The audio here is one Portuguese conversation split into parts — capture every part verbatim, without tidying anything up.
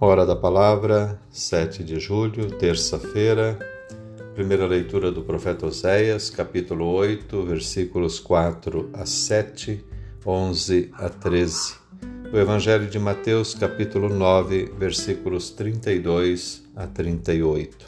Hora da Palavra, sete de julho, terça-feira, primeira leitura do profeta Oséias, capítulo oito, versículos quatro a sete, onze a treze. O Evangelho de Mateus, capítulo nove, versículos trinta e dois a trinta e oito.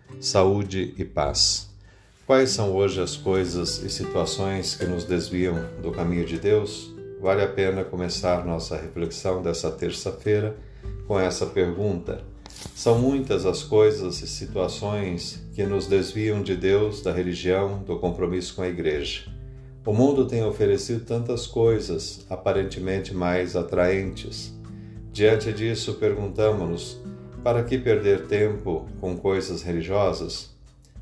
Saúde e paz. Quais são hoje as coisas e situações que nos desviam do caminho de Deus? Vale a pena começar nossa reflexão dessa terça-feira com essa pergunta. São muitas as coisas e situações que nos desviam de Deus, da religião, do compromisso com a Igreja. O mundo tem oferecido tantas coisas, aparentemente mais atraentes. Diante disso, perguntamos-nos, para que perder tempo com coisas religiosas?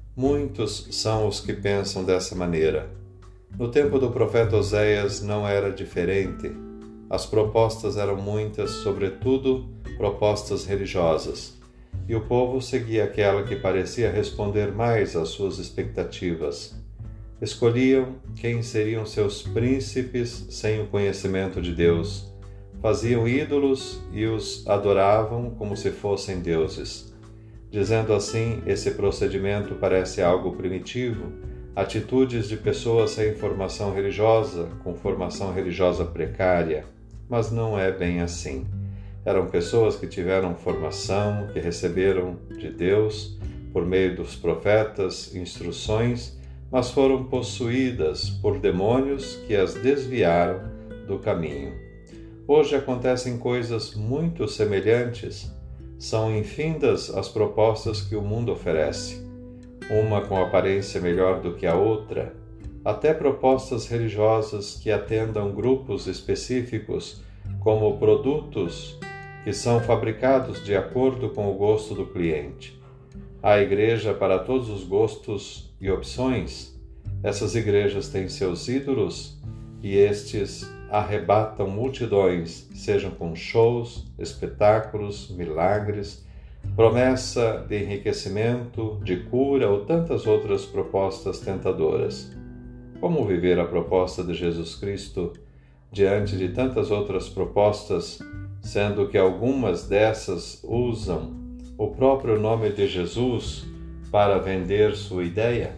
Muitos são os que pensam dessa maneira. No tempo do profeta Oséias não era diferente. As propostas eram muitas, sobretudo propostas religiosas, e o povo seguia aquela que parecia responder mais às suas expectativas. Escolhiam quem seriam seus príncipes sem o conhecimento de Deus. Faziam ídolos e os adoravam como se fossem deuses. Dizendo assim, esse procedimento parece algo primitivo, atitudes de pessoas sem formação religiosa, com formação religiosa precária, mas não é bem assim. Eram pessoas que tiveram formação, que receberam de Deus, por meio dos profetas, instruções, mas foram possuídas por demônios que as desviaram do caminho. Hoje acontecem coisas muito semelhantes. São infindas as propostas que o mundo oferece, uma com aparência melhor do que a outra, até propostas religiosas que atendam grupos específicos, como produtos que são fabricados de acordo com o gosto do cliente. Há igreja para todos os gostos e opções. Essas igrejas têm seus ídolos e estes arrebatam multidões, sejam com shows, espetáculos, milagres, promessa de enriquecimento, de cura ou tantas outras propostas tentadoras. Como viver a proposta de Jesus Cristo diante de tantas outras propostas, sendo que algumas dessas usam o próprio nome de Jesus para vender sua ideia?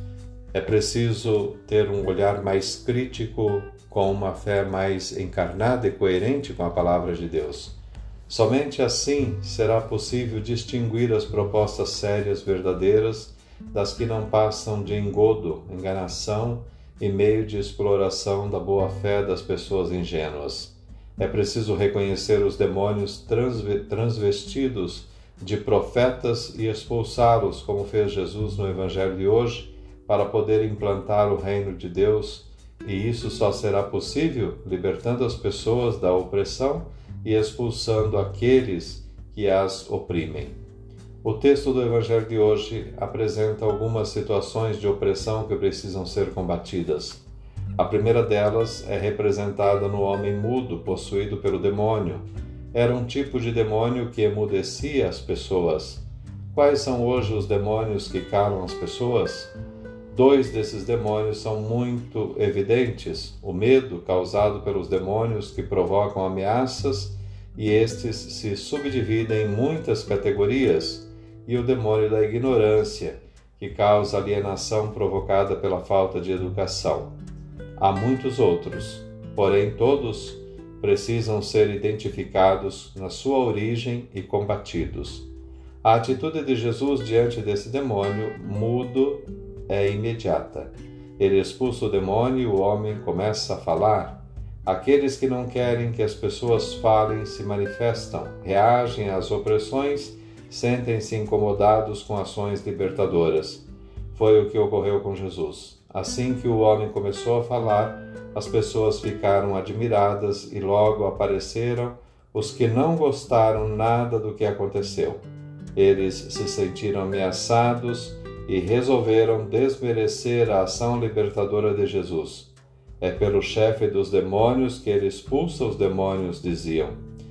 É preciso ter um olhar mais crítico, com uma fé mais encarnada e coerente com a palavra de Deus. Somente assim será possível distinguir as propostas sérias, verdadeiras, das que não passam de engodo, enganação e meio de exploração da boa-fé das pessoas ingênuas. É preciso reconhecer os demônios transvestidos de profetas e expulsá-los, como fez Jesus no Evangelho de hoje, para poder implantar o reino de Deus, e isso só será possível libertando as pessoas da opressão e expulsando aqueles que as oprimem. O texto do Evangelho de hoje apresenta algumas situações de opressão que precisam ser combatidas. A primeira delas é representada no homem mudo, possuído pelo demônio. Era um tipo de demônio que emudecia as pessoas. Quais são hoje os demônios que calam as pessoas? Dois desses demônios são muito evidentes: o medo, causado pelos demônios que provocam ameaças, e estes se subdividem em muitas categorias, e o demônio da ignorância, que causa alienação provocada pela falta de educação. Há muitos outros, porém todos precisam ser identificados na sua origem e combatidos. A atitude de Jesus diante desse demônio mudo é imediata. Ele expulsa o demônio e o homem começa a falar. Aqueles que não querem que as pessoas falem se manifestam, reagem às opressões, sentem-se incomodados com ações libertadoras. Foi o que ocorreu com Jesus. Assim que o homem começou a falar, as pessoas ficaram admiradas e logo apareceram os que não gostaram nada do que aconteceu. Eles se sentiram ameaçados e resolveram desmerecer a ação libertadora de Jesus. É pelo chefe dos demônios que ele expulsa os demônios, diziam.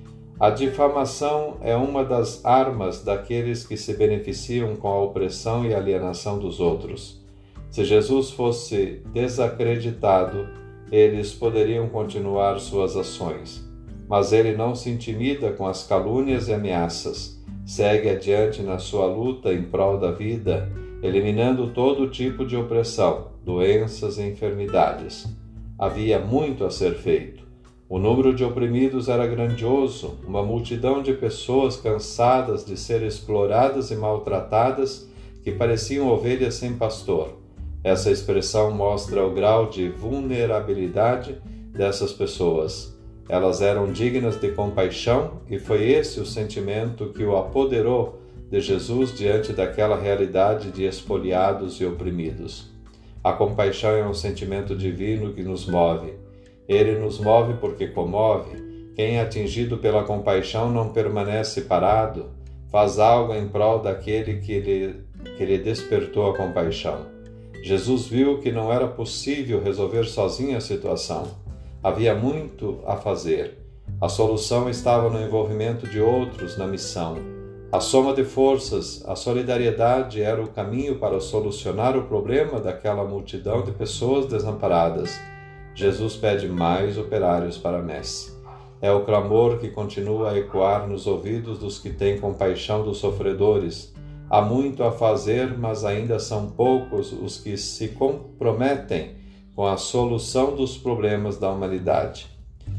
A difamação é uma das armas daqueles que se beneficiam com a opressão e alienação dos outros. Se Jesus fosse desacreditado, eles poderiam continuar suas ações. mas ele não se intimida com as calúnias e ameaças. Segue adiante na sua luta em prol da vida, eliminando todo tipo de opressão, doenças e enfermidades. Havia muito a ser feito. O número de oprimidos era grandioso, uma multidão de pessoas cansadas de ser exploradas e maltratadas, que pareciam ovelhas sem pastor. Essa expressão mostra o grau de vulnerabilidade dessas pessoas. Elas eram dignas de compaixão e foi esse o sentimento que o apoderou de Jesus diante daquela realidade de espoliados e oprimidos. A compaixão é um sentimento divino que nos move. Ele nos move porque comove. Quem é atingido pela compaixão não permanece parado, faz algo em prol daquele que lhe, que lhe despertou a compaixão. Jesus viu que não era possível resolver sozinho a situação. Havia muito a fazer. A solução estava no envolvimento de outros na missão. A soma de forças, a solidariedade era o caminho para solucionar o problema daquela multidão de pessoas desamparadas. Jesus pede mais operários para a messe. É o clamor que continua a ecoar nos ouvidos dos que têm compaixão dos sofredores. Há muito a fazer, mas ainda são poucos os que se comprometem com a solução dos problemas da humanidade.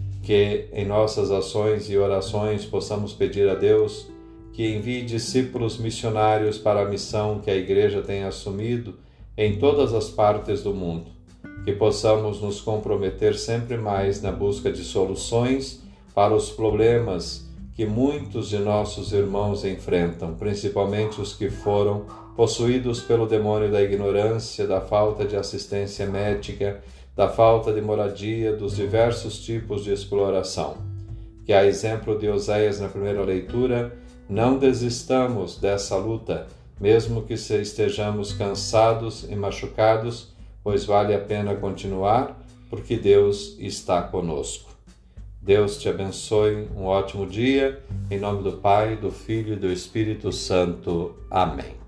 Que em nossas ações e orações possamos pedir a Deus que envie discípulos missionários para a missão que a Igreja tem assumido em todas as partes do mundo. Que possamos nos comprometer sempre mais na busca de soluções para os problemas que muitos de nossos irmãos enfrentam, principalmente os que foram possuídos pelo demônio da ignorância, da falta de assistência médica, da falta de moradia, dos diversos tipos de exploração. Que, a exemplo de Oséias na primeira leitura, não desistamos dessa luta, mesmo que estejamos cansados e machucados, pois vale a pena continuar, porque Deus está conosco. Deus te abençoe, um ótimo dia, em nome do Pai, do Filho e do Espírito Santo. Amém.